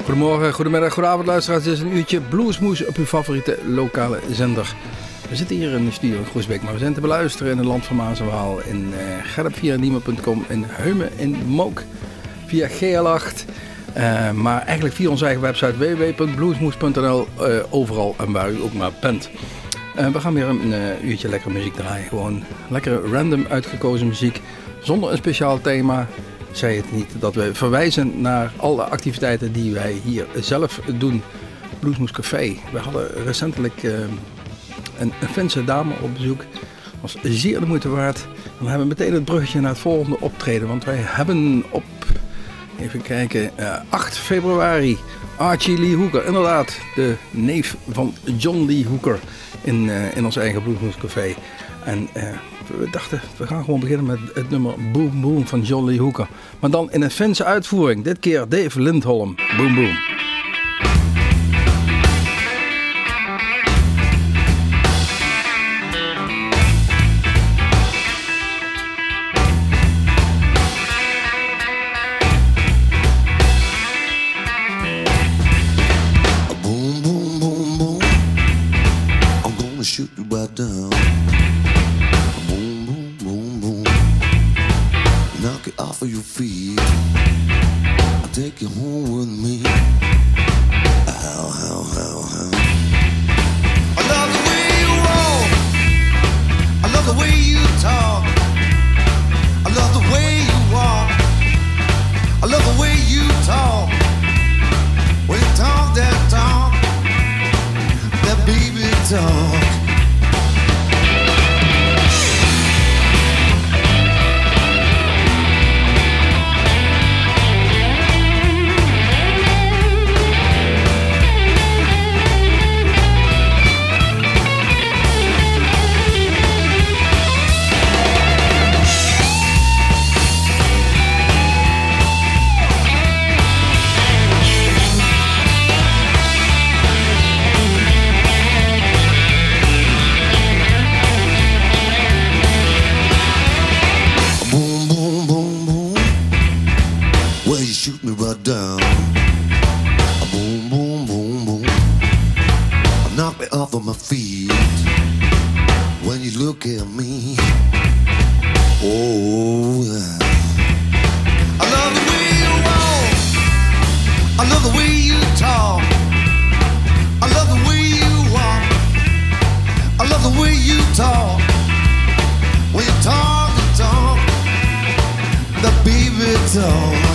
Goedemorgen, goedemiddag, goedenavond luisteraars. Dit is een uurtje Bluesmoes op uw favoriete lokale zender. We zitten hier in de studio in Groesbeek, maar we zijn te beluisteren in het land van Maas en Waal, in Gerp via Niemen.com, in Heumen, in Mook via GL8. Maar eigenlijk via onze eigen website www.bluesmoes.nl, overal en waar u ook maar bent. We gaan weer een uurtje lekker muziek draaien. Gewoon lekker random uitgekozen muziek, zonder een speciaal thema. Zei het niet dat we verwijzen naar alle activiteiten die wij hier zelf doen. Bluesmoes Café. We hadden recentelijk een Finse dame op bezoek. Was zeer de moeite waard. Dan hebben we meteen het bruggetje naar het volgende optreden. Want wij hebben op, even kijken, 8 februari Archie Lee Hooker. Inderdaad, de neef van John Lee Hooker in ons eigen Bluesmoes Café. En we dachten, we gaan gewoon beginnen met het nummer Boom Boom van John Lee Hooker. Maar dan in een Finse uitvoering. Dit keer Dave Lindholm. Boom Boom. Shoot you right down. Boom, boom, boom, boom. Knock it off of your feet. I'll take you home with me. How, how, how, how. I love the way you walk. I love the way you talk. I love the way you walk. I love the way you talk. When you talk that talk, that baby talk. Shoot me right down. Boom, boom, boom, boom. Knock me off of my feet. When you look at me. Oh, yeah. I love the way you walk. I love the way you talk. I love the way you walk. I love the way you talk. When you talk the talk, the baby talk.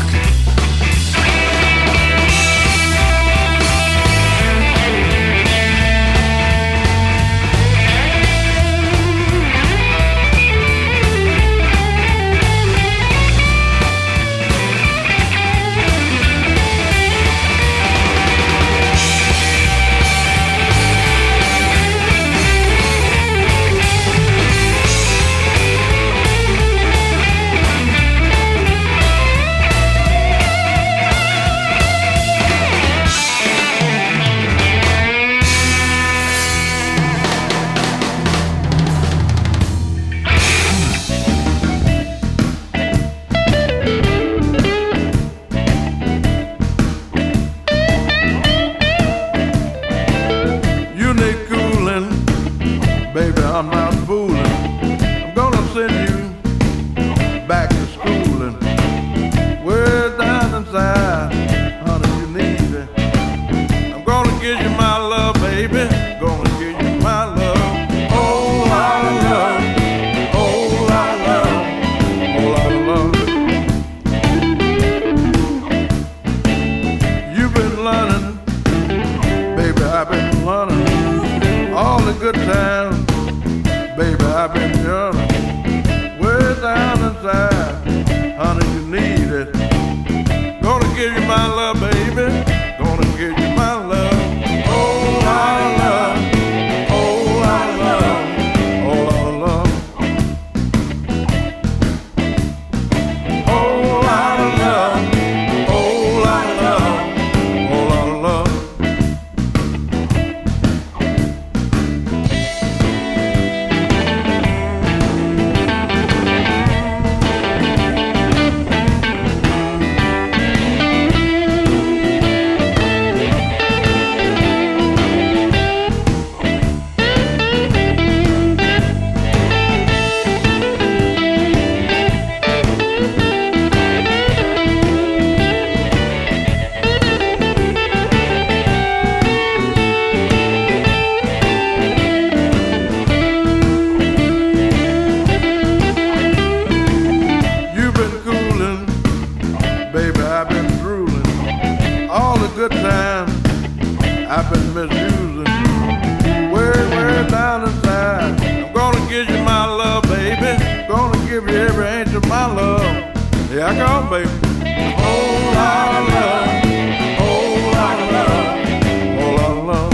good time. I've been misusing you way down inside. I'm gonna give you my love, baby. Gonna give you every inch of my love. Yeah, I come, baby. Whole lot of love, whole lot of love, whole lot of love.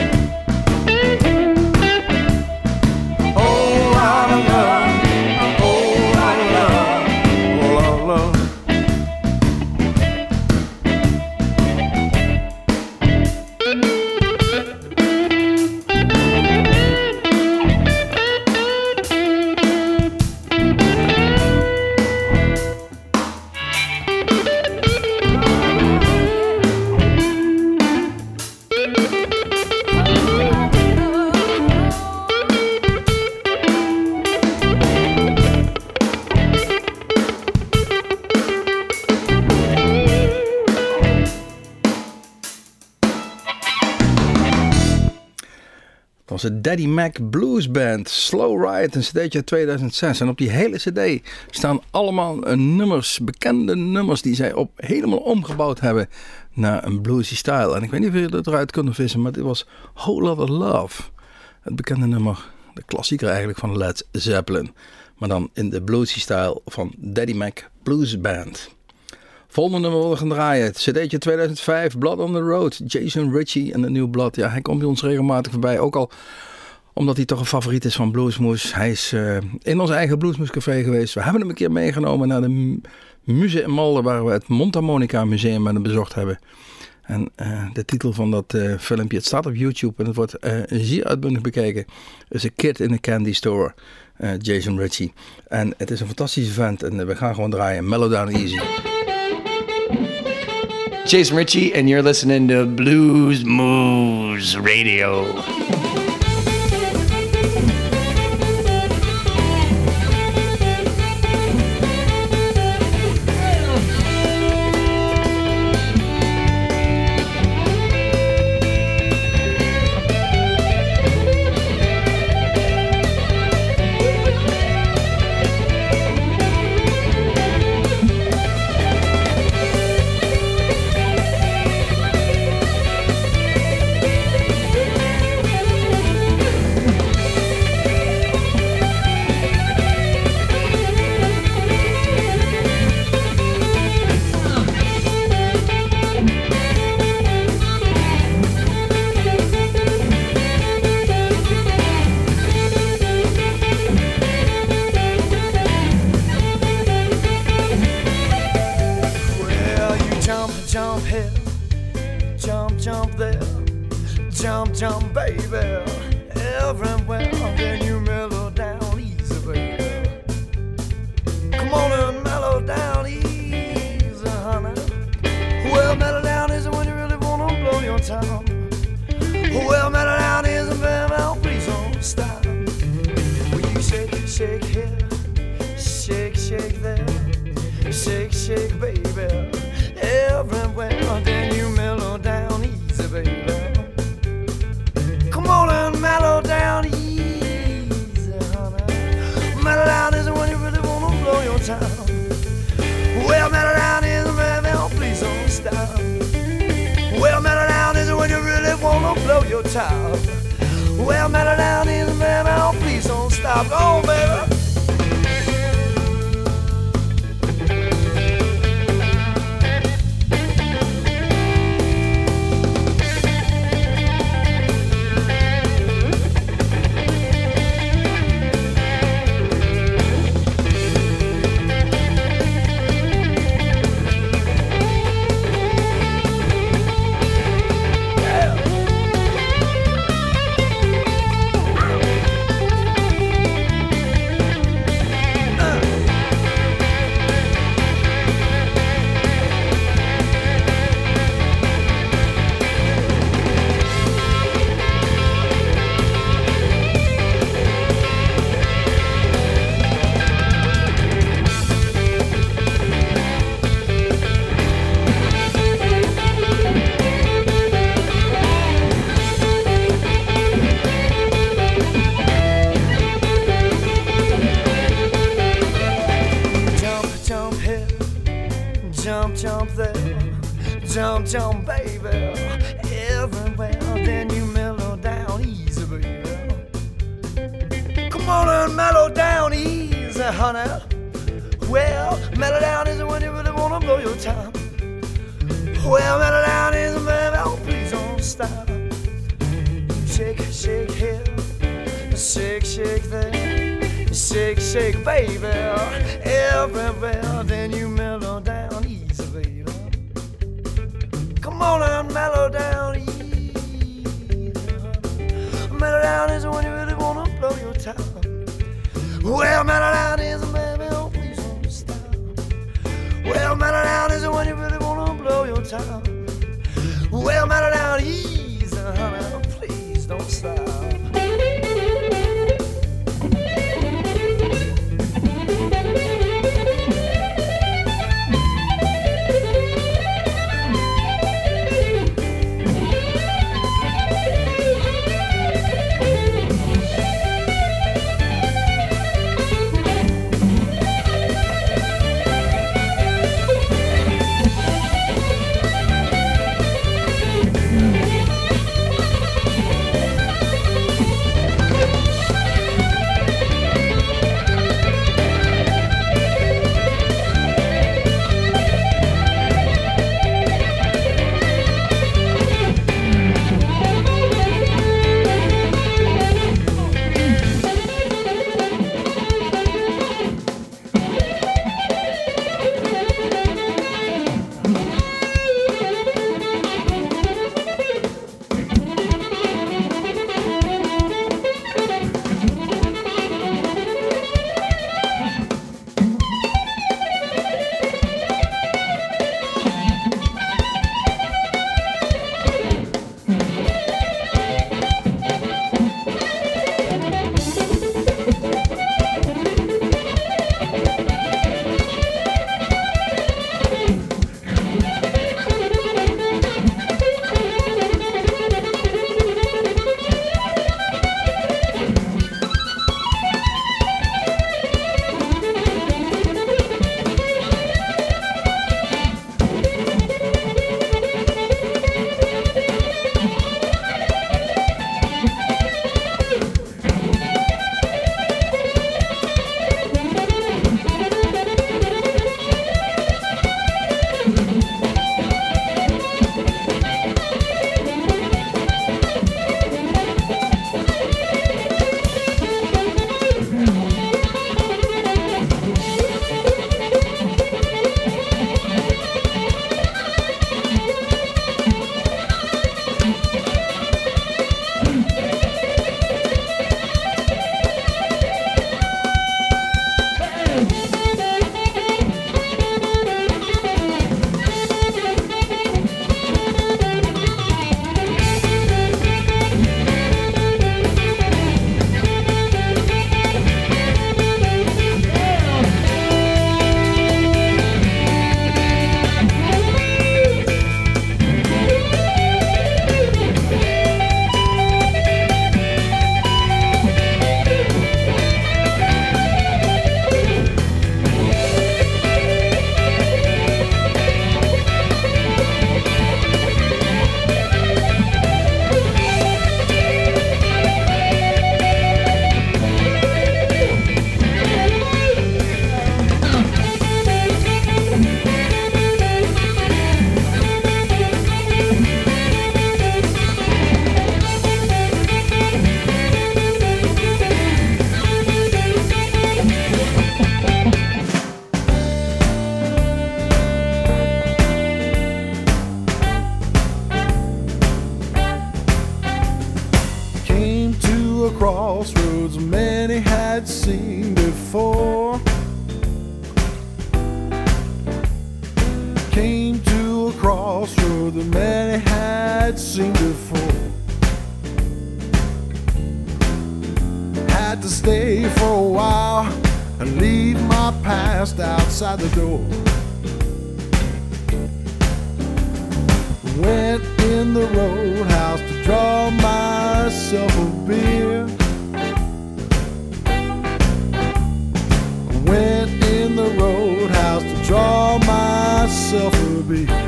Whole lot of love, whole lot of love, whole lot of love. Dat was de Daddy Mac Blues Band, Slow Ride, een cd'tje uit 2006. En op die hele cd staan allemaal nummers, bekende nummers die zij helemaal omgebouwd hebben naar een bluesy style. En ik weet niet of jullie het eruit kunnen vissen, maar dit was Whole Lotta Love. Het bekende nummer, de klassieker eigenlijk van Led Zeppelin. Maar dan in de bluesy style van Daddy Mac Blues Band. Volgende nummer willen we gaan draaien. Het cd'tje 2005, Blood on the Road. Jason Ritchie en de New Blood. Ja, hij komt bij ons regelmatig voorbij. Ook al omdat hij toch een favoriet is van Bluesmoes. Hij is in ons eigen Bluesmoescafé geweest. We hebben hem een keer meegenomen naar de Muze in Malden, waar we het Mondharmonica Museum met hem bezocht hebben. En de titel van dat filmpje, het staat op YouTube en het wordt zeer uitbundig bekeken, is A Kid in a Candy Store. Jason Ritchie. En het is een fantastische vent en we gaan gewoon draaien. Mellow Down Easy. Jason Ritchie, and you're listening to Blues Moose Radio. Jump, baby, everywhere. Then you mellow down easy, baby. Come on and mellow down easy, honey. Well, mellow down is when you really wanna blow your top. Well, mellow down is baby, oh, please don't stop. When you shake, shake here, shake, shake there, shake, baby, everywhere. Then you mellow down easy, baby. Come on and mellow down easy, honey. Mellow down is when you really wanna blow your top. Well, mellow down is baby, oh, please don't stop. Well, mellow down is when you really wanna blow your top. Well, mellow down is baby, oh, please don't stop. Go on, baby. honey. Well, mellow down is when you really wanna blow your top. Well, mellow down is baby, oh please don't stop. Shake, shake here, shake, shake there, shake, shake, baby, everywhere. Then you mellow down easy, baby. Come on and mellow down easy. Mellow down is when you really wanna blow your top. Well, mellow down is baby, oh please don't stop. Well, mellow down is when you really wanna blow your top. Well, mellow down easy, honey, please don't stop. crossroads many had seen before. Came to a crossroad that many had seen before. Had to stay for a while and leave my past outside the door. Went in the roadhouse to draw myself a beer. Went in the roadhouse to draw myself a beer.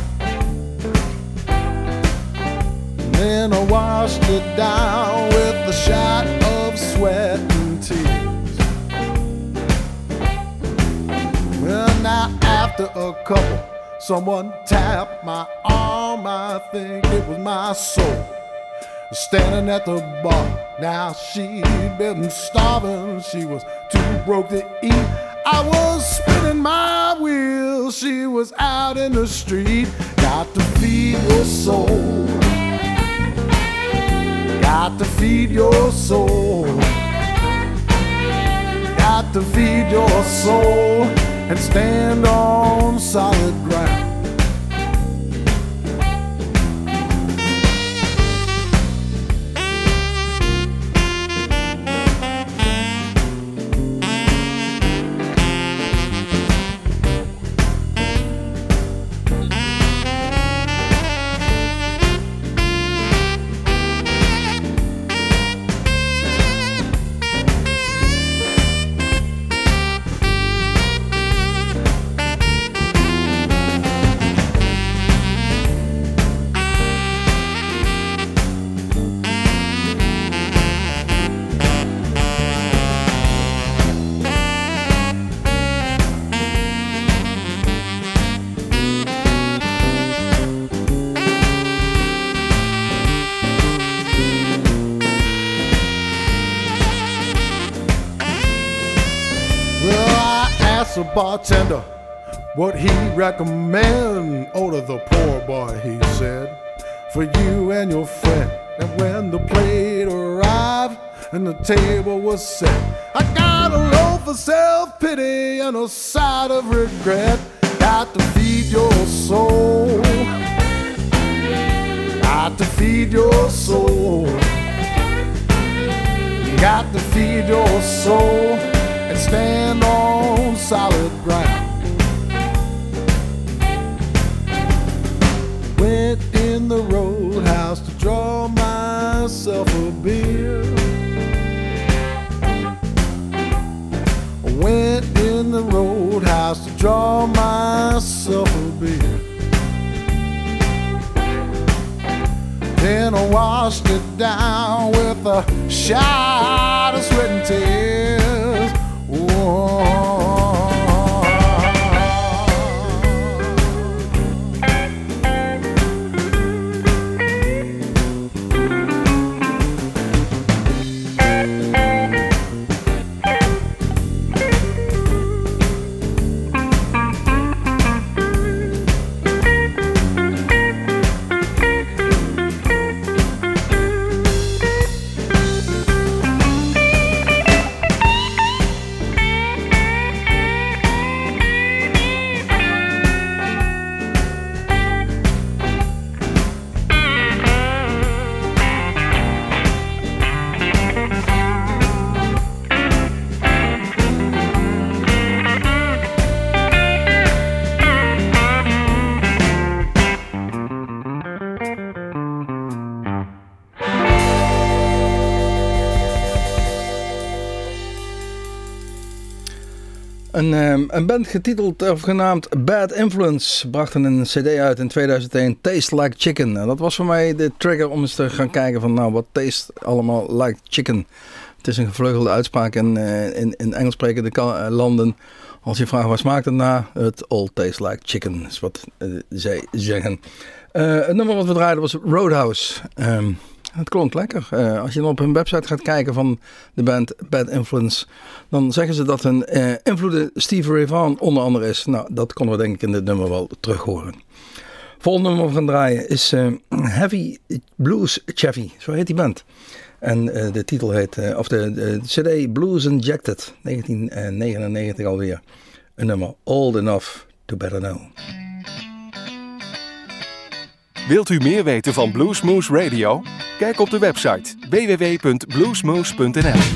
Then I washed it down with a shot of sweat and tears. Now after a couple, someone tapped my arm. I think it was my soul standing at the bar. Now she'd been starving, she was too broke to eat. I was spinning my wheels, she was out in the street. Got to feed your soul, got to feed your soul, got to feed your soul and stand on solid ground. A bartender, what he recommend? Order the poor boy, he said, for you and your friend. And when the plate arrived and the table was set, I got a loaf of self-pity and a side of regret. Got to feed your soul, got to feed your soul, got to feed your soul and stand on solid ground. Went in the roadhouse to draw myself a beer. Went in the roadhouse to draw myself a beer. Then I washed it down with a shot of sweat and tears. Een band getiteld of genaamd Bad Influence bracht een cd uit in 2001, Taste Like Chicken. En dat was voor mij de trigger om eens te gaan kijken van nou, wat taste allemaal like chicken. Het is een gevleugelde uitspraak in Engels sprekende landen. Als je vraagt waar smaakt het naar, het all tastes like chicken is wat zij zeggen. Het nummer wat we draaiden was Roadhouse. Het klonk lekker. Als je dan op hun website gaat kijken van de band Bad Influence, dan zeggen ze dat hun invloeden Stevie Ray Vaughan onder andere is. Nou, dat konden we denk ik in dit nummer wel terug horen. Volgende nummer we gaan draaien is Heavy Blues Chevy. Zo heet die band. En de titel heet, of de CD Blues Injected, 1999 alweer. Een nummer Old Enough to Better Know. Wilt u meer weten van Bluesmoose Radio? Kijk op de website www.bluesmoose.nl.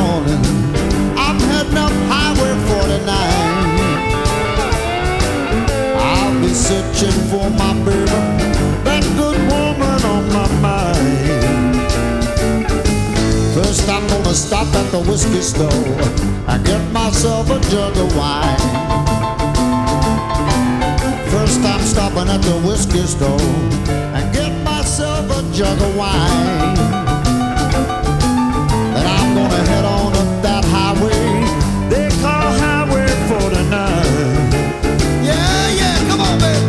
morning. I'm heading up Highway 49. I'll be searching for my baby, that good woman on my mind. First I'm gonna stop at the whiskey store and get myself a jug of wine. First I'm stopping at the whiskey store and get myself a jug of wine. Then I'm gonna head on up that highway they call Highway 49. Yeah, yeah, come on, baby.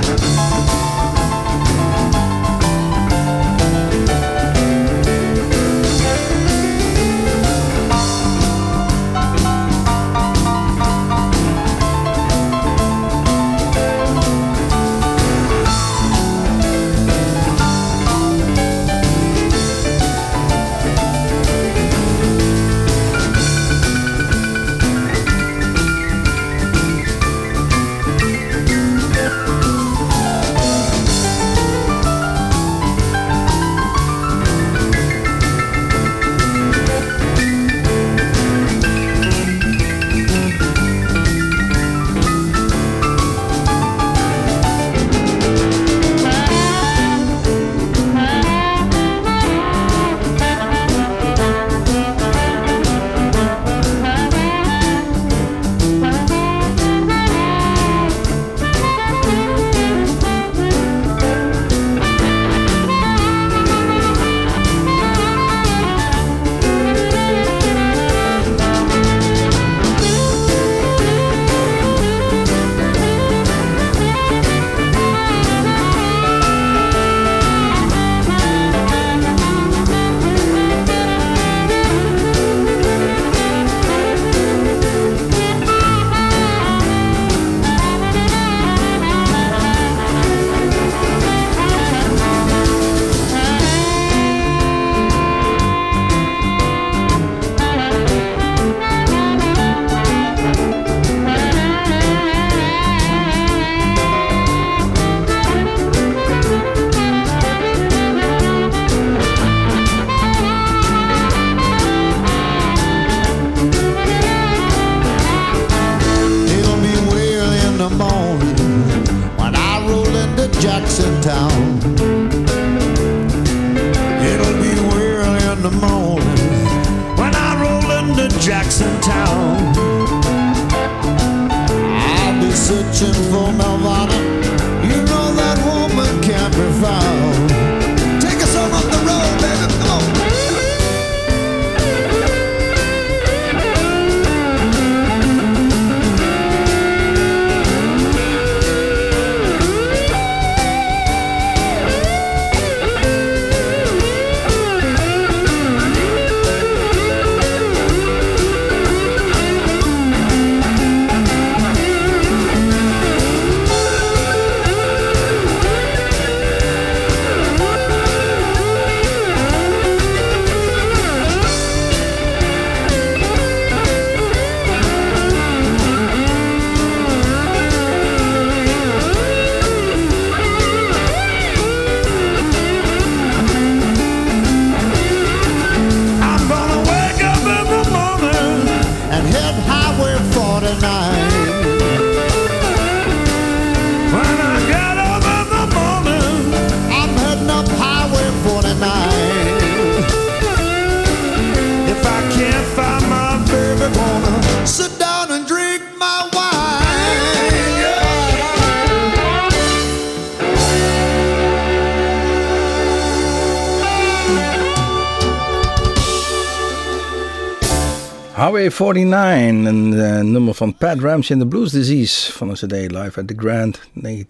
Highway 49, een nummer van Pat Ramsey and the Blues Disease van een CD Live at the Grand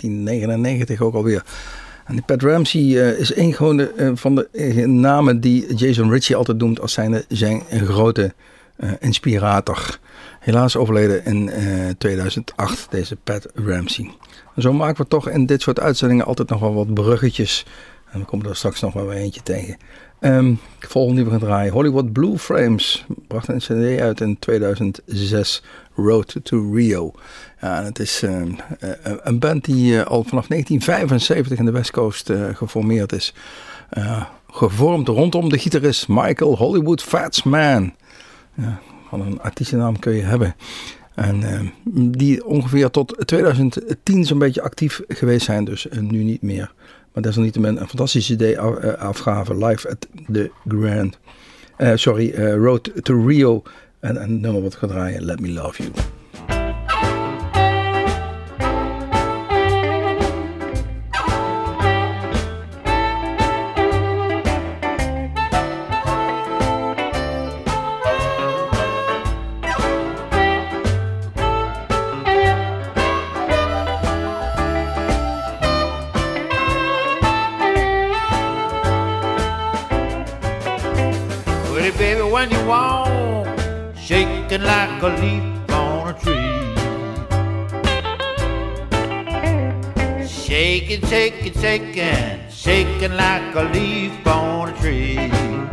1999 ook alweer. En die Pat Ramsey is een van de namen die Jason Ritchie altijd noemt als zijn grote inspirator. Helaas overleden in 2008, deze Pat Ramsey. En zo maken we toch in dit soort uitzendingen altijd nog wel wat bruggetjes. En we komen er straks nog wel eentje tegen. Volgende die we gaan draaien. Hollywood Blue Frames bracht een CD uit in 2006. Road to Rio. Ja, en het is een band die al vanaf 1975 in de West Coast geformeerd is. Gevormd rondom de gitarist Michael Hollywood Fats Man. Ja, van een artiestennaam kun je hebben. En die ongeveer tot 2010 zo'n beetje actief geweest zijn, dus nu niet meer. Maar desalniettemin een fantastisch idee afgaven live at the Grand. Road to Rio. En een nummer wat ik ga draaien, Let Me Love You. Baby, when you walk, shaking like a leaf on a tree. Shaking, shaking, shaking, shaking like a leaf on a tree.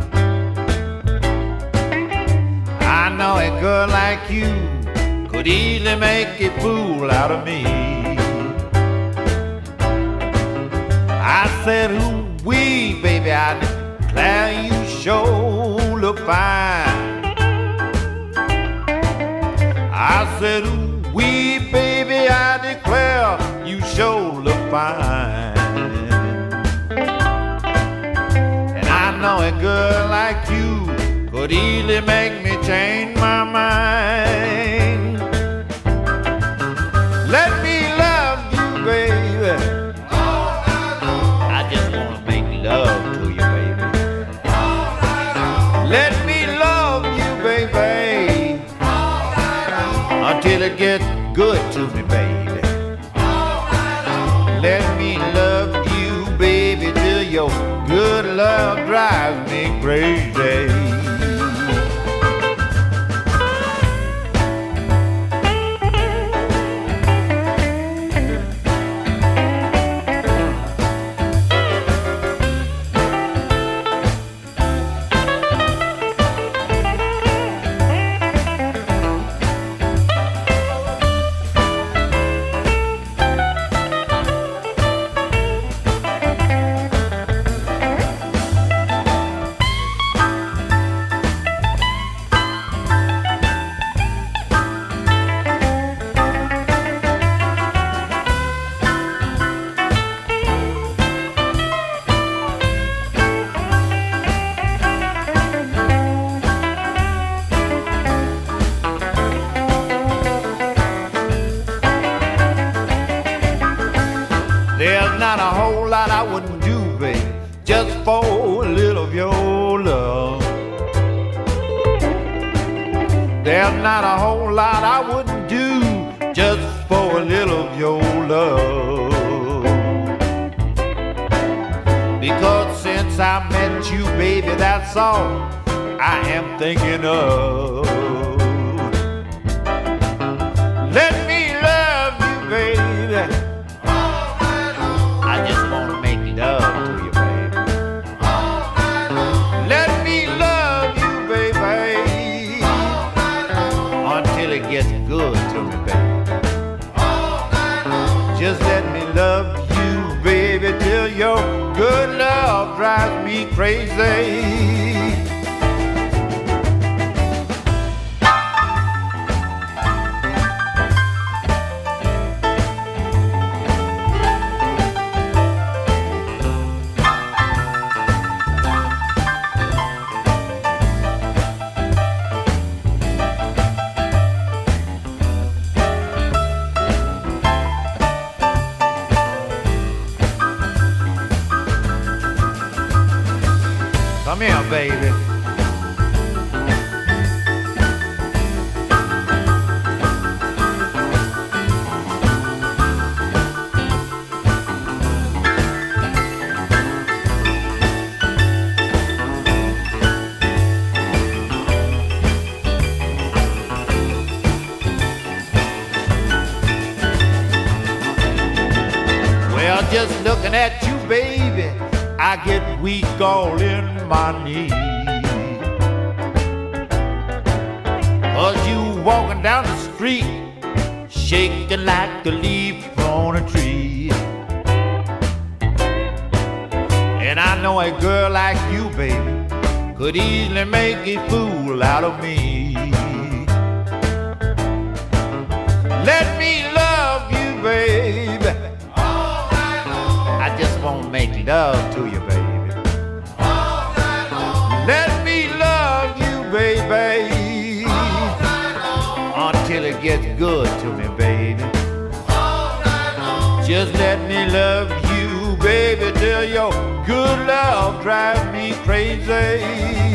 I know a girl like you could easily make a fool out of me. I said, ooh, wee, baby, I declare you sure look fine. I said, ooh, wee, baby, I declare you sure look fine. And I know a girl like you could easily make me change my mind. Let me love you, baby. I just wanna make love to you, baby. Let me love you, baby, until it gets good to me, baby. Let me love you, baby, till your good love drives me crazy. Not a whole lot I wouldn't do, babe, just for a little of your love. There's not a whole lot I wouldn't do just for a little of your love. Because since I met you, baby, that's all I am thinking of. Let me love you, baby. I just wanna make love to you, baby. Let me love you, baby, until it gets good to me, baby. Just let me love you, baby, till your good love drives me crazy. Come here, baby. Well, just looking at you, baby, I get weak all in my knees. 'Cause you walking down the street, shaking like the leaf on a tree. And I know a girl like you, baby, could easily make a fool out of me. Let me love you, baby. All night long. I just wanna make love to you, baby. All night long. Let me love you, baby. All night long. Until it gets good to me, baby. All night long. Just let me love you, baby, till your good love drives me crazy.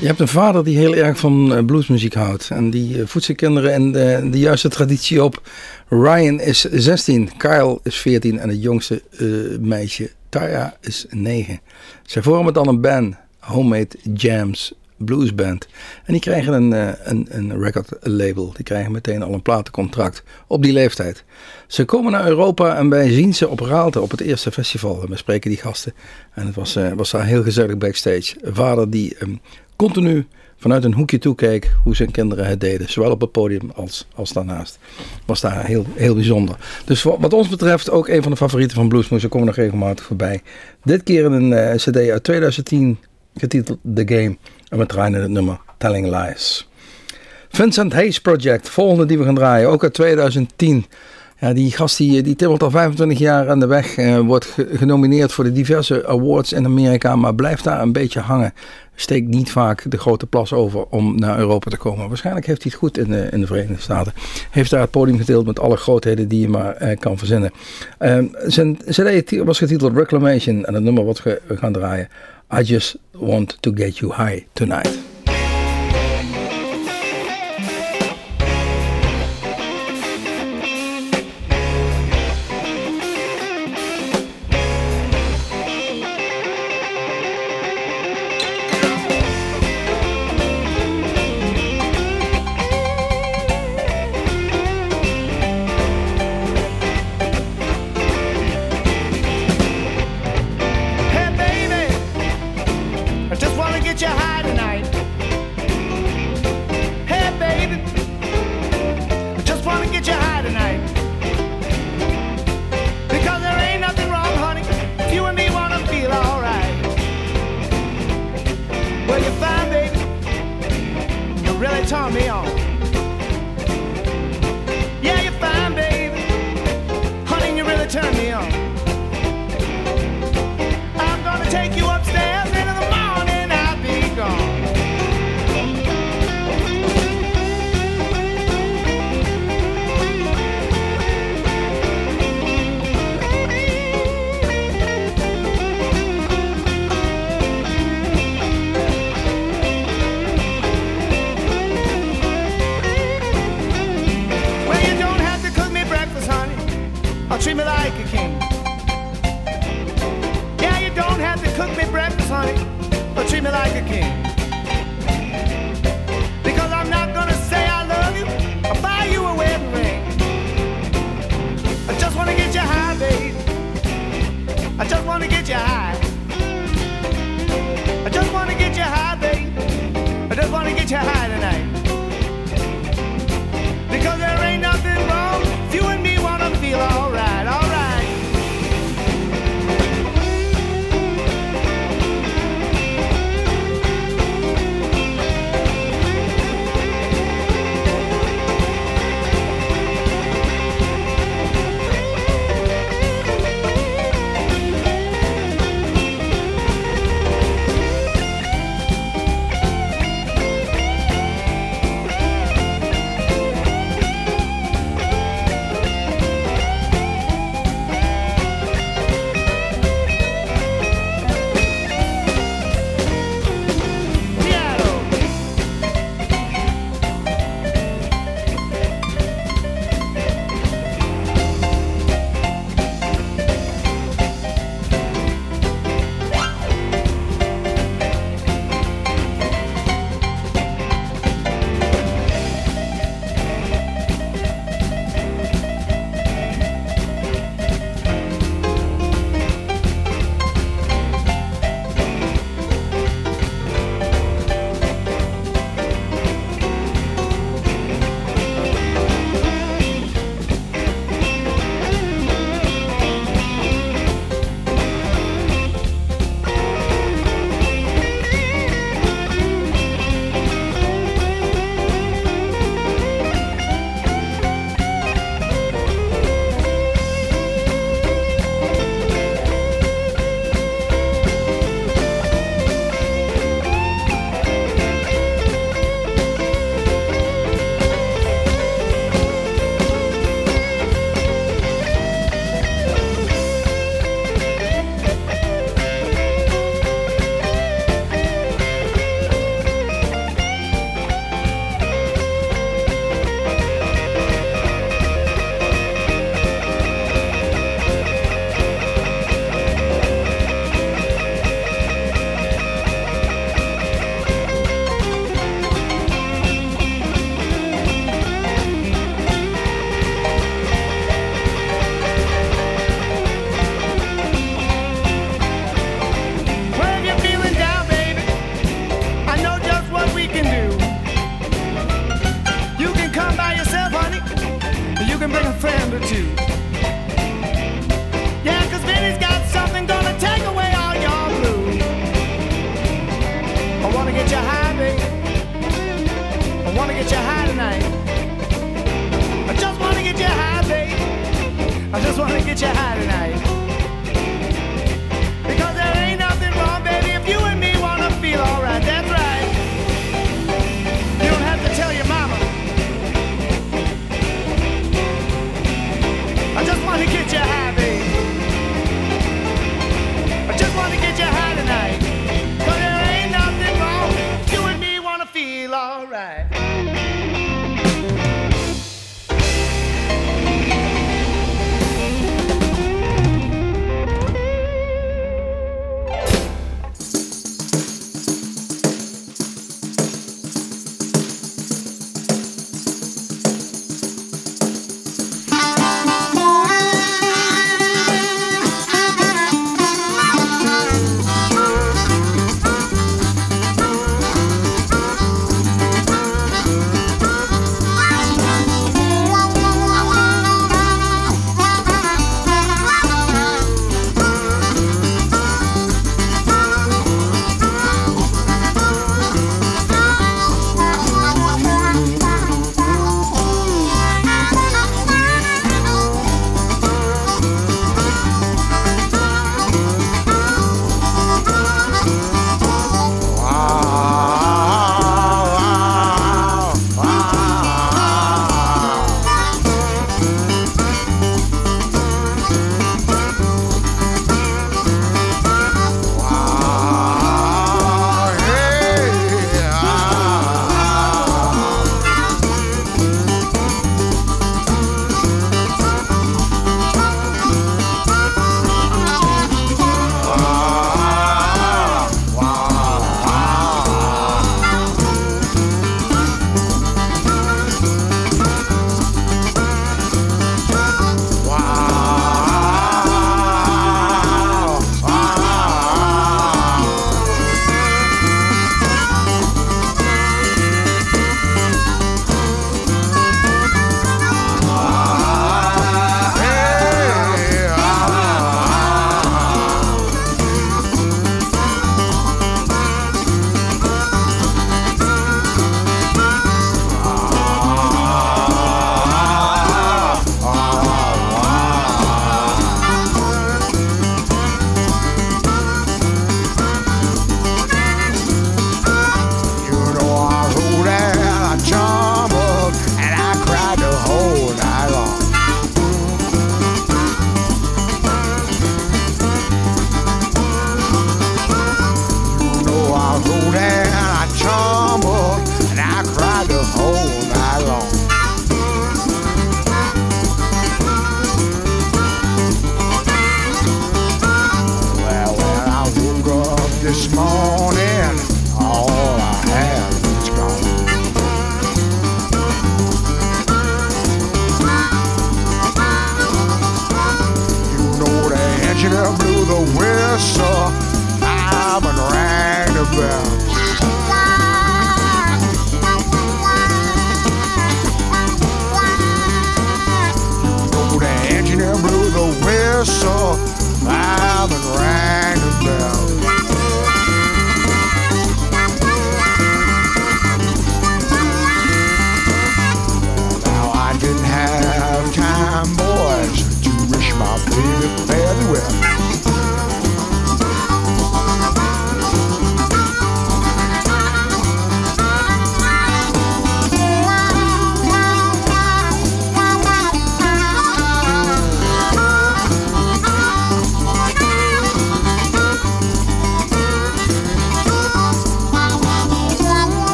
Je hebt een vader die heel erg van bluesmuziek houdt. En die voedt zijn kinderen in de juiste traditie op. Ryan is 16, Kyle is 14 en het jongste meisje, Taya, is 9. Zij vormen dan een band, Homemade Jams Blues Band. En die krijgen een record label. Die krijgen meteen al een platencontract op die leeftijd. Ze komen naar Europa en wij zien ze op Raalte op het eerste festival. En we spreken die gasten. En het was daar heel gezellig backstage. Een vader die continu vanuit een hoekje toekeek hoe zijn kinderen het deden. Zowel op het podium als daarnaast. Was daar heel, heel bijzonder. Dus wat ons betreft ook een van de favorieten van Bluesmoose. Daar komen we nog regelmatig voorbij. Dit keer een cd uit 2010 getiteld The Game. En we draaien het nummer Telling Lies. Vincent Hayes Project, volgende die we gaan draaien. Ook uit 2010. Ja, die gast die timmert al 25 jaar aan de weg. Wordt genomineerd voor de diverse awards in Amerika. Maar blijft daar een beetje hangen. Steekt niet vaak de grote plas over om naar Europa te komen. Waarschijnlijk heeft hij het goed in de Verenigde Staten. Heeft daar het podium gedeeld met alle grootheden die je maar kan verzinnen. Zijn CD was getiteld Reclamation. En het nummer wat we gaan draaien. I Just Want To Get You High Tonight. Treat me like a king. Yeah, you don't have to cook me breakfast, honey, or treat me like a king. Because I'm not gonna say I love you or buy you a wedding ring. I just wanna get you high, babe. I just wanna get you high. I just wanna get you high, babe. I just wanna get you high tonight. Because there ain't nothing wrong if you and me wanna feel alright, alright. wanna get you high, baby. I wanna get you high tonight. I just wanna get you high, baby. I just wanna get you high tonight. Because there ain't nothing wrong, baby, if you and me wanna feel alright. That's right. You don't have to tell your mama. I just wanna get you high, baby. I just wanna get you high tonight. Cause there ain't nothing wrong. You and me wanna feel alright.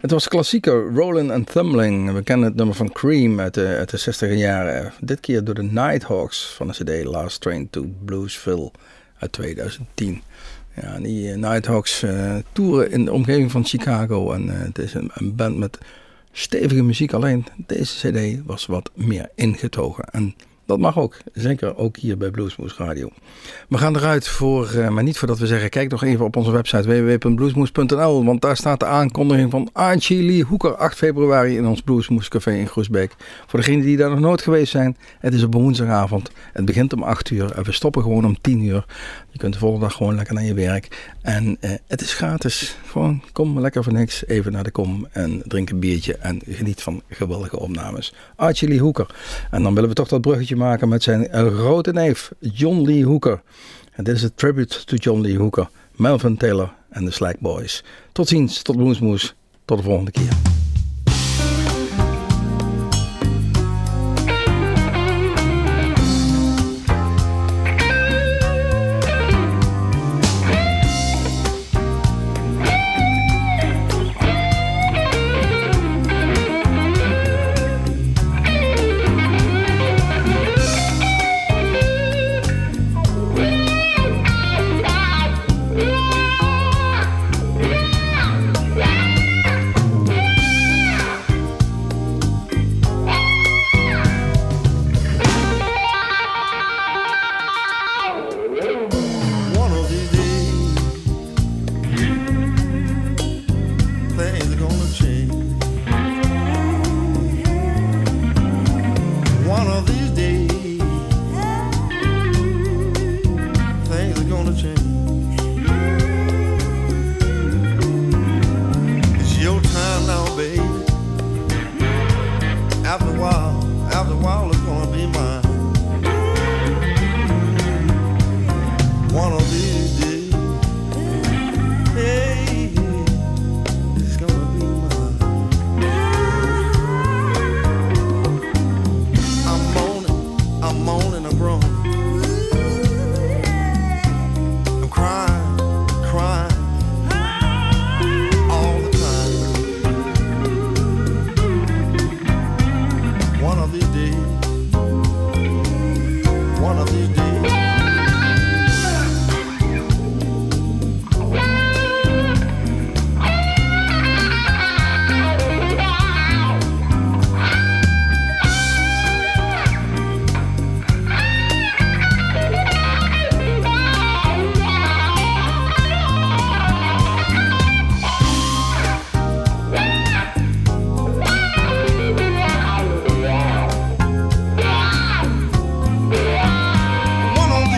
Het was klassieke Rollin' and Thumbling. We kennen het nummer van Cream uit de 60er jaren. Dit keer door de Nighthawks van de CD Last Train to Bluesville uit 2010. Ja, die Nighthawks toeren in de omgeving van Chicago. En het is een band met stevige muziek. Alleen deze CD was wat meer ingetogen. En dat mag ook. Zeker ook hier bij Bluesmoose Radio. We gaan eruit maar niet voordat we zeggen, kijk nog even op onze website www.bluesmoose.nl, want daar staat de aankondiging van Archie Lee Hooker 8 februari in ons Bluesmoose Café in Groesbeek. Voor degenen die daar nog nooit geweest zijn, het is op een woensdagavond. Het begint om 8 uur en we stoppen gewoon om 10 uur. Je kunt de volgende dag gewoon lekker naar je werk. En het is gratis. Gewoon kom lekker voor niks even naar de kom en drink een biertje en geniet van geweldige opnames. Archie Lee Hooker. En dan willen we toch dat bruggetje maken met zijn grote neef John Lee Hooker. En dit is een tribute to John Lee Hooker, Melvin Taylor en de Slack Boys. Tot ziens, tot Bluesmoose, tot de volgende keer.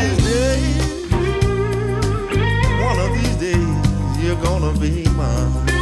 You're gonna be mine.